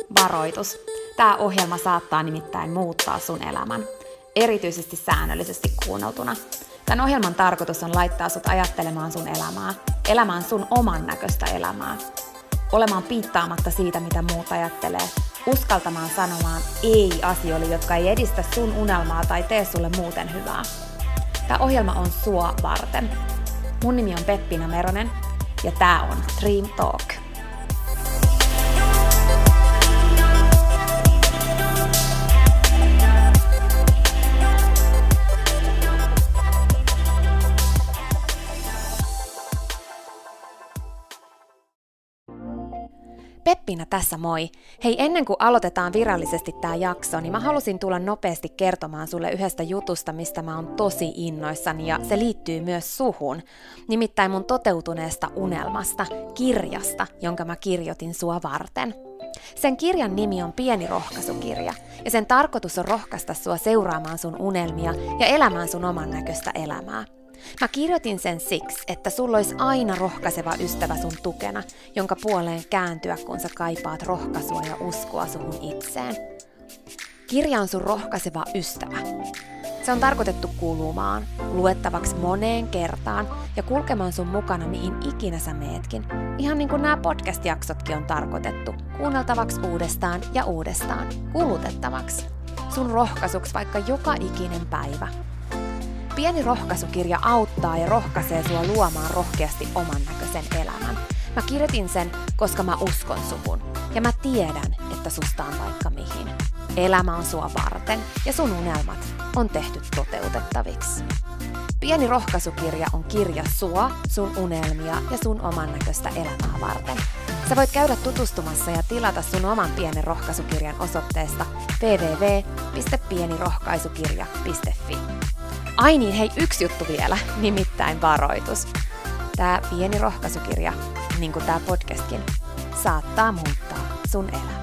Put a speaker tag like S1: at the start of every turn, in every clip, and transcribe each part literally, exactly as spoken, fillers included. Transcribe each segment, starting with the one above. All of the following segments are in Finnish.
S1: Varoitus. Tämä ohjelma saattaa nimittäin muuttaa sun elämän, erityisesti säännöllisesti kuunneltuna. Tämän ohjelman tarkoitus on laittaa sut ajattelemaan sun elämää, elämään sun oman näköistä elämää, olemaan piittaamatta siitä, mitä muut ajattelee, uskaltamaan sanomaan ei asioille, jotka ei edistä sun unelmaa tai tee sulle muuten hyvää. Tämä ohjelma on sua varten. Mun nimi on Peppina Meronen ja tää on Dream Talk. Peppina tässä moi! Hei, ennen kuin aloitetaan virallisesti tää jakso, niin mä halusin tulla nopeasti kertomaan sulle yhdestä jutusta, mistä mä oon tosi innoissani, ja se liittyy myös suhun. Nimittäin mun toteutuneesta unelmasta, kirjasta, jonka mä kirjoitin sua varten. Sen kirjan nimi on Pieni rohkaisukirja, ja sen tarkoitus on rohkaista sua seuraamaan sun unelmia ja elämään sun oman näköistä elämää. Mä kirjoitin sen siksi, että sulla olisi aina rohkaiseva ystävä sun tukena, jonka puoleen kääntyä, kun sä kaipaat rohkaisua ja uskoa suhun itseen. Kirja on sun rohkaiseva ystävä. Se on tarkoitettu kuulumaan, luettavaksi moneen kertaan ja kulkemaan sun mukana mihin ikinä sä meetkin. Ihan niin kuin nämä podcast-jaksotkin on tarkoitettu, kuunneltavaksi uudestaan ja uudestaan, kulutettavaksi. Sun rohkaisuksi vaikka joka ikinen päivä. Pieni rohkaisukirja auttaa ja rohkaisee sua luomaan rohkeasti oman näköisen elämän. Mä kirjoitin sen, koska mä uskon suhun. Ja mä tiedän, että susta on vaikka mihin. Elämä on sua varten ja sun unelmat on tehty toteutettaviksi. Pieni rohkaisukirja on kirja sua, sun unelmia ja sun oman näköistä elämää varten. Sä voit käydä tutustumassa ja tilata sun oman pienen rohkaisukirjan osoitteesta double-u double-u double-u piste pienirohkaisukirja piste fi. Ai niin, hei, yksi juttu vielä, nimittäin varoitus. Tää pieni rohkaisukirja, niin kuin tää podcastkin, saattaa muuttaa sun elämän.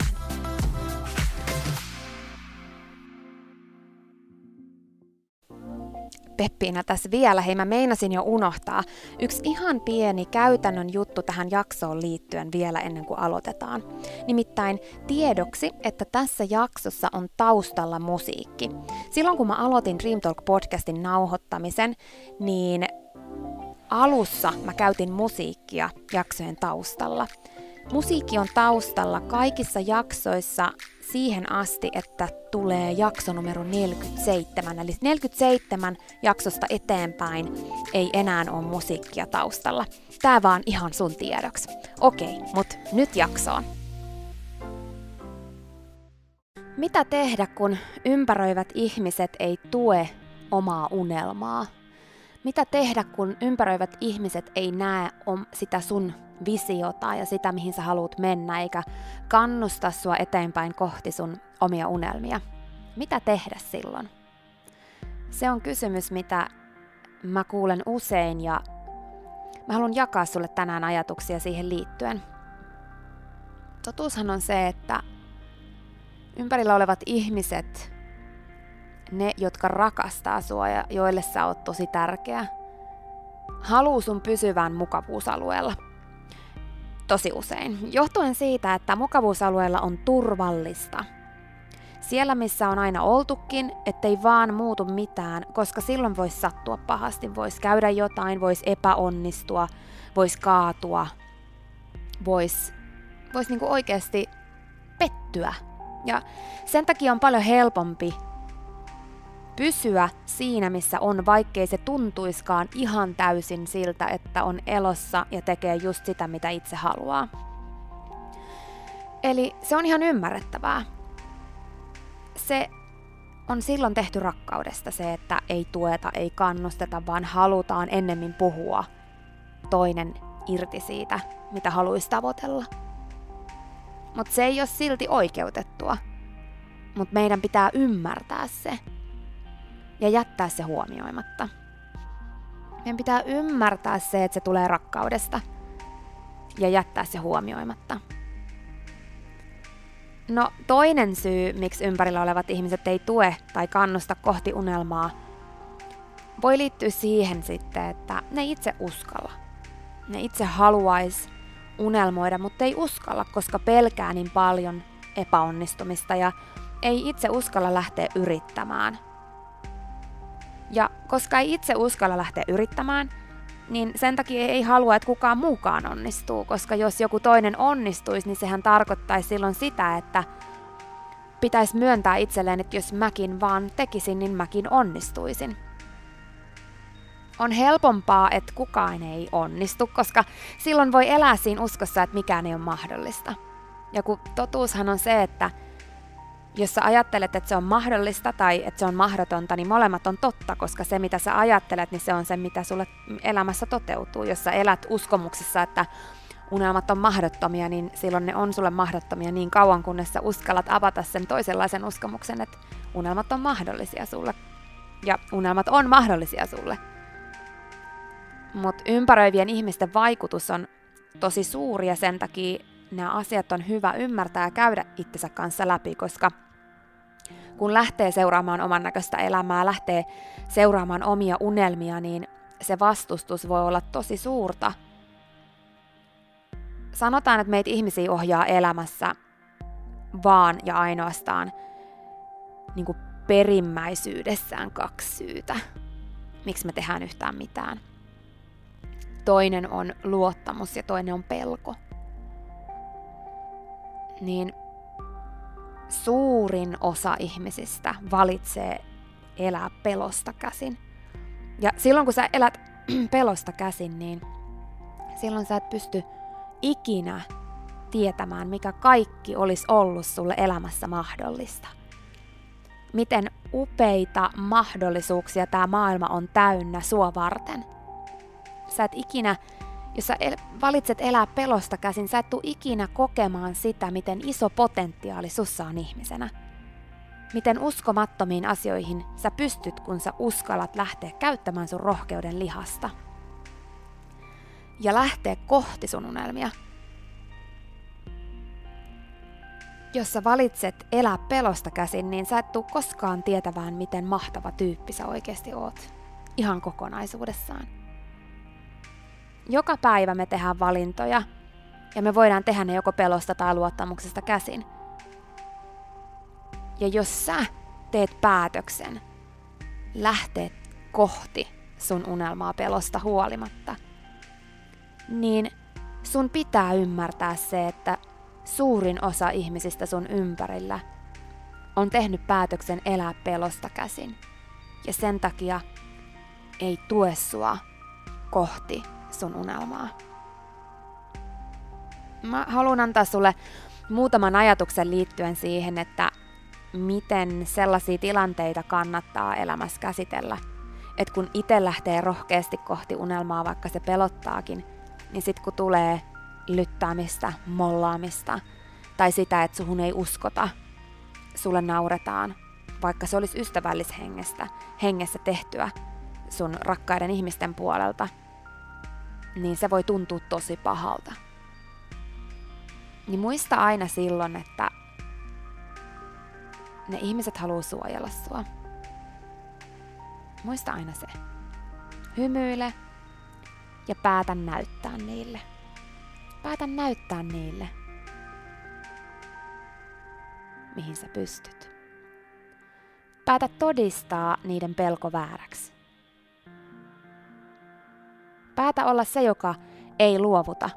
S1: Peppiina tässä vielä, hei mä meinasin jo unohtaa. Yksi ihan pieni käytännön juttu tähän jaksoon liittyen vielä ennen kuin aloitetaan. Nimittäin tiedoksi, että tässä jaksossa on taustalla musiikki. Silloin kun mä aloitin Dream Talk-podcastin nauhoittamisen, niin alussa mä käytin musiikkia jaksojen taustalla. Musiikki on taustalla kaikissa jaksoissa siihen asti, että tulee jakso numero neljäkymmentäseitsemän. Eli neljäkymmentäseitsemän jaksosta eteenpäin ei enää ole musiikkia taustalla. Tää vaan ihan sun tiedoksi. Okei, mut nyt jaksoon. Mitä tehdä, kun ympäröivät ihmiset ei tue omaa unelmaa? Mitä tehdä, kun ympäröivät ihmiset ei näe sitä sun visiota ja sitä, mihin sä haluat mennä, eikä kannusta sua eteenpäin kohti sun omia unelmia? Mitä tehdä silloin? Se on kysymys, mitä mä kuulen usein, ja mä haluan jakaa sulle tänään ajatuksia siihen liittyen. Totuushan on se, että ympärillä olevat ihmiset, ne, jotka rakastaa sua ja joille sä oot tosi tärkeä, haluu sun pysyvän mukavuusalueella. Tosi usein. Johtuen siitä, että mukavuusalueella on turvallista. Siellä, missä on aina oltukin, ettei vaan muutu mitään, koska silloin voisi sattua pahasti. Voisi käydä jotain, voisi epäonnistua, voisi kaatua, voisi vois niinku oikeasti pettyä. Ja sen takia on paljon helpompi pysyä siinä, missä on, vaikkei se tuntuiskaan ihan täysin siltä, että on elossa ja tekee just sitä, mitä itse haluaa. Eli se on ihan ymmärrettävää. Se on silloin tehty rakkaudesta se, että ei tueta, ei kannusteta, vaan halutaan ennemmin puhua toinen irti siitä, mitä haluaisi tavoitella. Mutta se ei ole silti oikeutettua. Mutta meidän pitää ymmärtää se ja jättää se huomioimatta. Meidän pitää ymmärtää se, että se tulee rakkaudesta ja jättää se huomioimatta. No toinen syy, miksi ympärillä olevat ihmiset ei tue tai kannusta kohti unelmaa, voi liittyä siihen sitten, että ne itse uskalla. Ne itse haluais unelmoida, mutta ei uskalla, koska pelkää niin paljon epäonnistumista ja ei itse uskalla lähteä yrittämään. Ja koska ei itse uskalla lähteä yrittämään, niin sen takia ei halua, että kukaan muukaan onnistuu, koska jos joku toinen onnistuisi, niin sehän tarkoittaisi silloin sitä, että pitäisi myöntää itselleen, että jos mäkin vaan tekisin, niin mäkin onnistuisin. On helpompaa, että kukaan ei onnistu, koska silloin voi elää siinä uskossa, että mikään ei ole mahdollista. Ja kun totuushan on se, että jos sä ajattelet, että se on mahdollista tai että se on mahdotonta, niin molemmat on totta, koska se mitä sä ajattelet, niin se on se mitä sulle elämässä toteutuu. Jos sä elät uskomuksessa, että unelmat on mahdottomia, niin silloin ne on sulle mahdottomia niin kauan, kunnes sä uskallat avata sen toisenlaisen uskomuksen, että unelmat on mahdollisia sulle. Ja unelmat on mahdollisia sulle. Mutta ympäröivien ihmisten vaikutus on tosi suuri ja sen takia nämä asiat on hyvä ymmärtää ja käydä itsensä kanssa läpi, koska kun lähtee seuraamaan oman näköistä elämää, lähtee seuraamaan omia unelmia, niin se vastustus voi olla tosi suurta. Sanotaan, että meitä ihmisiä ohjaa elämässä vaan ja ainoastaan niin kuin perimmäisyydessään kaksi syytä, miksi me tehdään yhtään mitään. Toinen on luottamus ja toinen on pelko. Niin suurin osa ihmisistä valitsee elää pelosta käsin. Ja silloin kun sä elät pelosta käsin, niin silloin sä et pysty ikinä tietämään, mikä kaikki olisi ollut sulle elämässä mahdollista. Miten upeita mahdollisuuksia tämä maailma on täynnä sua varten. Sä et ikinä, jos sä el- valitset elää pelosta käsin, sä et tuu ikinä kokemaan sitä, miten iso potentiaali sussa on ihmisenä. Miten uskomattomiin asioihin sä pystyt, kun sä uskallat lähteä käyttämään sun rohkeuden lihasta. Ja lähteä kohti sun unelmia. Jos sä valitset elää pelosta käsin, niin sä et tuu koskaan tietämään, miten mahtava tyyppi sä oikeasti oot. Ihan kokonaisuudessaan. Joka päivä me tehdään valintoja, ja me voidaan tehdä ne joko pelosta tai luottamuksesta käsin. Ja jos sä teet päätöksen lähteä kohti sun unelmaa pelosta huolimatta, niin sun pitää ymmärtää se, että suurin osa ihmisistä sun ympärillä on tehnyt päätöksen elää pelosta käsin. Ja sen takia ei tue sua kohti sun unelmaa. Mä haluan antaa sulle muutaman ajatuksen liittyen siihen, että miten sellaisia tilanteita kannattaa elämässä käsitellä. Että kun itse lähtee rohkeasti kohti unelmaa, vaikka se pelottaakin, niin sit kun tulee lyttäämistä, mollaamista, tai sitä, että suhun ei uskota, sulle nauretaan, vaikka se olisi ystävällishengestä, hengessä tehtyä sun rakkaiden ihmisten puolelta, niin se voi tuntua tosi pahalta. Niin muista aina silloin, että ne ihmiset haluaa suojella sua. Muista aina se. Hymyile ja päätä näyttää niille. Päätä näyttää niille, mihin sä pystyt. Päätä todistaa niiden pelko vääräksi. Päätä olla se, joka ei luovuta.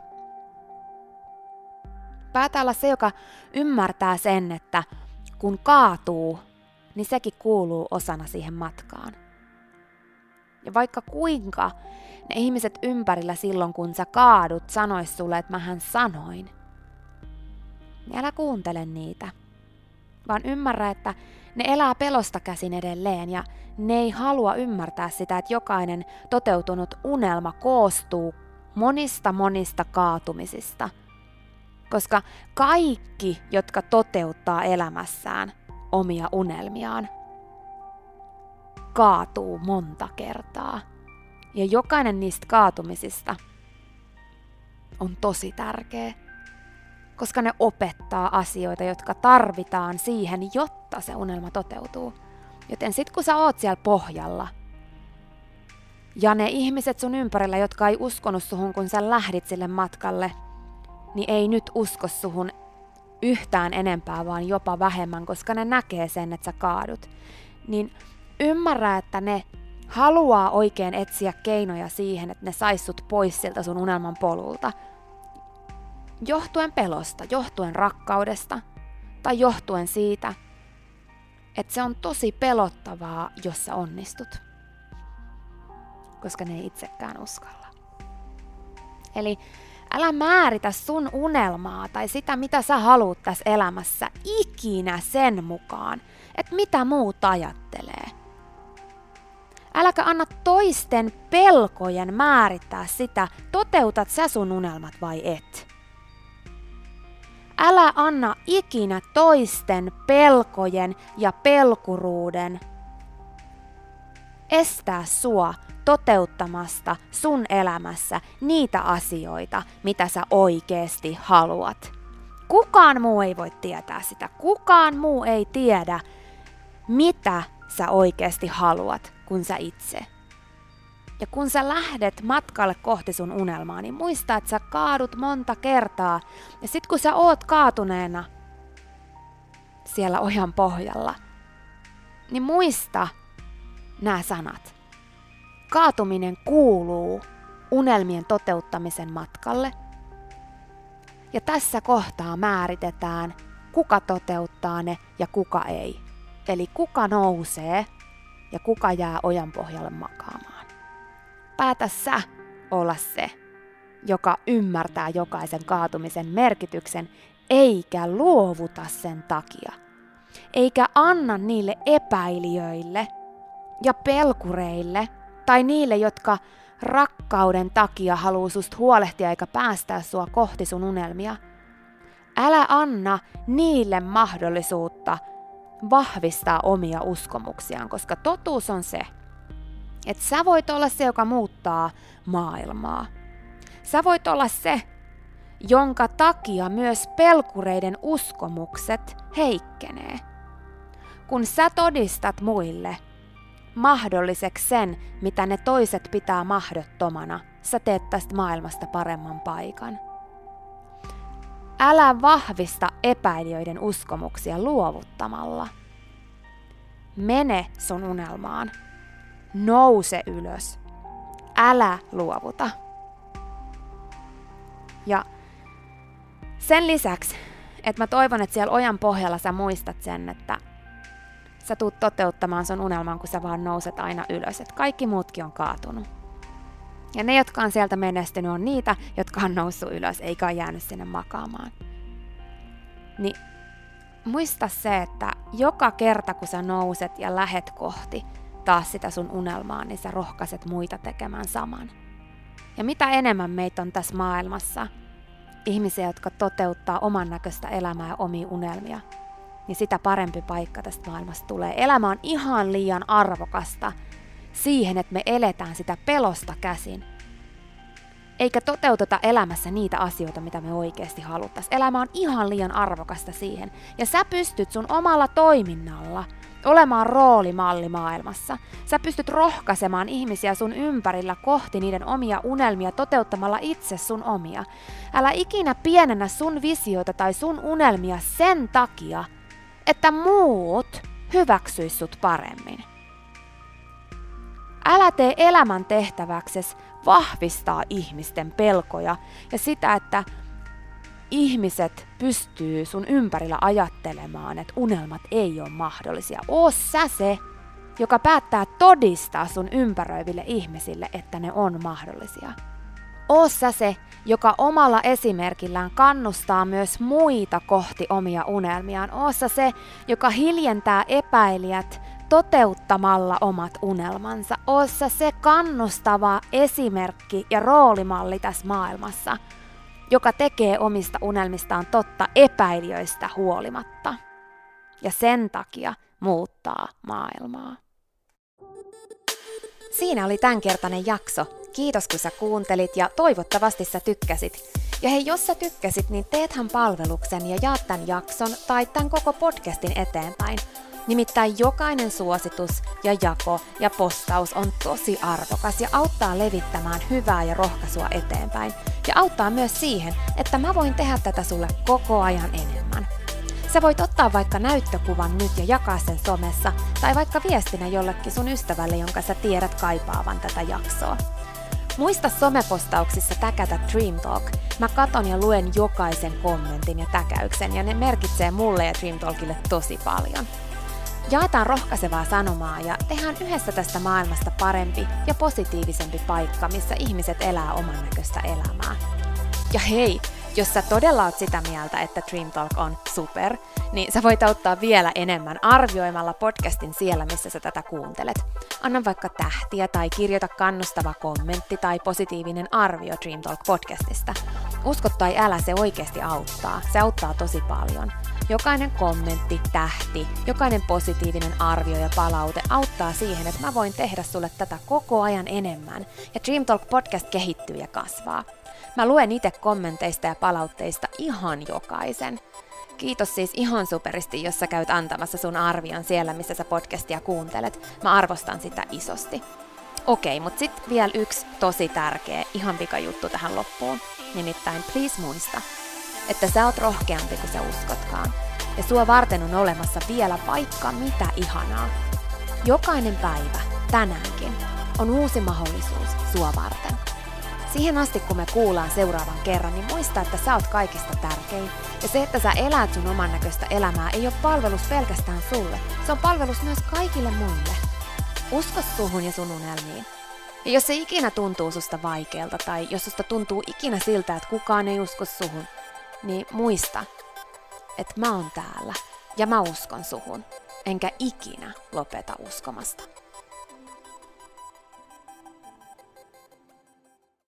S1: Päätä olla se, joka ymmärtää sen, että kun kaatuu, niin sekin kuuluu osana siihen matkaan. Ja vaikka kuinka ne ihmiset ympärillä silloin, kun sä kaadut, sanois sulle, että mähän sanoin, niin älä kuuntele niitä, vaan ymmärrä, että ne elää pelosta käsin edelleen ja ne ei halua ymmärtää sitä, että jokainen toteutunut unelma koostuu monista monista kaatumisista. Koska kaikki, jotka toteuttaa elämässään omia unelmiaan, kaatuu monta kertaa. Ja jokainen niistä kaatumisista on tosi tärkeä, koska ne opettaa asioita, jotka tarvitaan siihen, jotta se unelma toteutuu. Joten sit kun sä oot siellä pohjalla, ja ne ihmiset sun ympärillä, jotka ei uskonut suhun, kun sä lähdit sille matkalle, niin ei nyt usko suhun yhtään enempää, vaan jopa vähemmän, koska ne näkee sen, että sä kaadut. Niin ymmärrä, että ne haluaa oikein etsiä keinoja siihen, että ne sais sut pois siltä sun unelman polulta. Johtuen pelosta, johtuen rakkaudesta tai johtuen siitä, että se on tosi pelottavaa, jos sä onnistut. Koska ne ei itsekään uskalla. Eli älä määritä sun unelmaa tai sitä, mitä sä haluut tässä elämässä ikinä sen mukaan, että mitä muut ajattelee. Äläkä anna toisten pelkojen määrittää sitä, toteutat sä sun unelmat vai et. Älä anna ikinä toisten pelkojen ja pelkuruuden estää sua toteuttamasta sun elämässä niitä asioita, mitä sä oikeesti haluat. Kukaan muu ei voi tietää sitä. Kukaan muu ei tiedä, mitä sä oikeesti haluat, kun sä itse. Ja kun sä lähdet matkalle kohti sun unelmaa, niin muista, että sä kaadut monta kertaa. Ja sit kun sä oot kaatuneena siellä ojan pohjalla, niin muista nämä sanat. Kaatuminen kuuluu unelmien toteuttamisen matkalle. Ja tässä kohtaa määritetään, kuka toteuttaa ne ja kuka ei. Eli kuka nousee ja kuka jää ojan pohjalle makaamaan. Päätä sä olla se, joka ymmärtää jokaisen kaatumisen merkityksen, eikä luovuta sen takia. Eikä anna niille epäilijöille ja pelkureille tai niille, jotka rakkauden takia haluaa susta huolehtia eikä päästää sua kohti sun unelmia. Älä anna niille mahdollisuutta vahvistaa omia uskomuksiaan, koska totuus on se, että sä voit olla se, joka muuttaa maailmaa. Sä voit olla se, jonka takia myös pelkureiden uskomukset heikkenee. Kun sä todistat muille mahdolliseksi sen, mitä ne toiset pitää mahdottomana, sä teet tästä maailmasta paremman paikan. Älä vahvista epäilijöiden uskomuksia luovuttamalla. Mene sun unelmaan. Nouse ylös. Älä luovuta. Ja sen lisäksi, että mä toivon, että siellä ojan pohjalla sä muistat sen, että sä tuut toteuttamaan sun unelman, kun sä vaan nouset aina ylös. Että kaikki muutkin on kaatunut. Ja ne, jotka on sieltä menestynyt, on niitä, jotka on noussut ylös, eikä ole jäänyt sinne makaamaan. Niin muista se, että joka kerta, kun sä nouset ja lähet kohti taas sitä sun unelmaa, niin sä rohkaiset muita tekemään saman. Ja mitä enemmän meitä on tässä maailmassa, ihmisiä, jotka toteuttaa oman näköistä elämää ja omia unelmia, niin sitä parempi paikka tästä maailmasta tulee. Elämä on ihan liian arvokasta siihen, että me eletään sitä pelosta käsin, eikä toteuteta elämässä niitä asioita, mitä me oikeasti haluttaisiin. Elämä on ihan liian arvokasta siihen. Ja sä pystyt sun omalla toiminnalla olemaan roolimalli maailmassa. Sä pystyt rohkaisemaan ihmisiä sun ympärillä kohti niiden omia unelmia toteuttamalla itse sun omia. Älä ikinä pienennä sun visioita tai sun unelmia sen takia, että muut hyväksyis sut paremmin. Älä tee elämän tehtäväksesi vahvistaa ihmisten pelkoja ja sitä, että ihmiset pystyy sun ympärillä ajattelemaan, että unelmat ei ole mahdollisia. Oo sä se, joka päättää todistaa sun ympäröiville ihmisille, että ne on mahdollisia. Oo sä se, joka omalla esimerkillään kannustaa myös muita kohti omia unelmiaan. Oo sä se, joka hiljentää epäilijät toteuttamalla omat unelmansa. Oo sä se kannustava esimerkki ja roolimalli tässä maailmassa, joka tekee omista unelmistaan totta epäilijöistä huolimatta. Ja sen takia muuttaa maailmaa. Siinä oli tämänkertainen jakso. Kiitos kun sä kuuntelit ja toivottavasti sä tykkäsit. Ja hei, jos sä tykkäsit, niin teethän palveluksen ja jaat tämän jakson tai tämän koko podcastin eteenpäin. Nimittäin jokainen suositus ja jako ja postaus on tosi arvokas ja auttaa levittämään hyvää ja rohkaisua eteenpäin. Ja auttaa myös siihen, että mä voin tehdä tätä sulle koko ajan enemmän. Sä voit ottaa vaikka näyttökuvan nyt ja jakaa sen somessa, tai vaikka viestinä jollekin sun ystävälle, jonka sä tiedät kaipaavan tätä jaksoa. Muista somepostauksissa täkätä Dream Talk. Mä katon ja luen jokaisen kommentin ja täkäyksen, ja ne merkitsee mulle ja Dream Talkille tosi paljon. Jaetaan rohkaisevaa sanomaa ja tehdään yhdessä tästä maailmasta parempi ja positiivisempi paikka, missä ihmiset elää oman näköistä elämää. Ja hei, jos sä todella oot sitä mieltä, että Dream Talk on super, niin sä voit auttaa vielä enemmän arvioimalla podcastin siellä, missä sä tätä kuuntelet. Anna vaikka tähtiä tai kirjoita kannustava kommentti tai positiivinen arvio Dream Talk podcastista. Usko tai älä, se oikeasti auttaa. Se auttaa tosi paljon. Jokainen kommentti, tähti, jokainen positiivinen arvio ja palaute auttaa siihen, että mä voin tehdä sulle tätä koko ajan enemmän. Ja Dream Talk podcast kehittyy ja kasvaa. Mä luen itse kommenteista ja palautteista ihan jokaisen. Kiitos siis ihan superisti, jos sä käyt antamassa sun arvion siellä, missä sä podcastia kuuntelet. Mä arvostan sitä isosti. Okei, mut sit vielä yksi tosi tärkeä, ihan pikajuttu tähän loppuun. Nimittäin please muista, että sä oot rohkeampi kuin sä uskotkaan. Ja sua varten on olemassa vielä vaikka mitä ihanaa. Jokainen päivä, tänäänkin, on uusi mahdollisuus sua varten. Siihen asti, kun me kuullaan seuraavan kerran, niin muista, että sä oot kaikista tärkein. Ja se, että sä elät sun oman näköistä elämää, ei ole palvelus pelkästään sulle. Se on palvelus myös kaikille muille. Usko suhun ja sun unelmiin. Ja jos se ikinä tuntuu susta vaikealta, tai jos susta tuntuu ikinä siltä, että kukaan ei usko suhun, niin muista, että mä oon täällä ja mä uskon suhun, enkä ikinä lopeta uskomasta.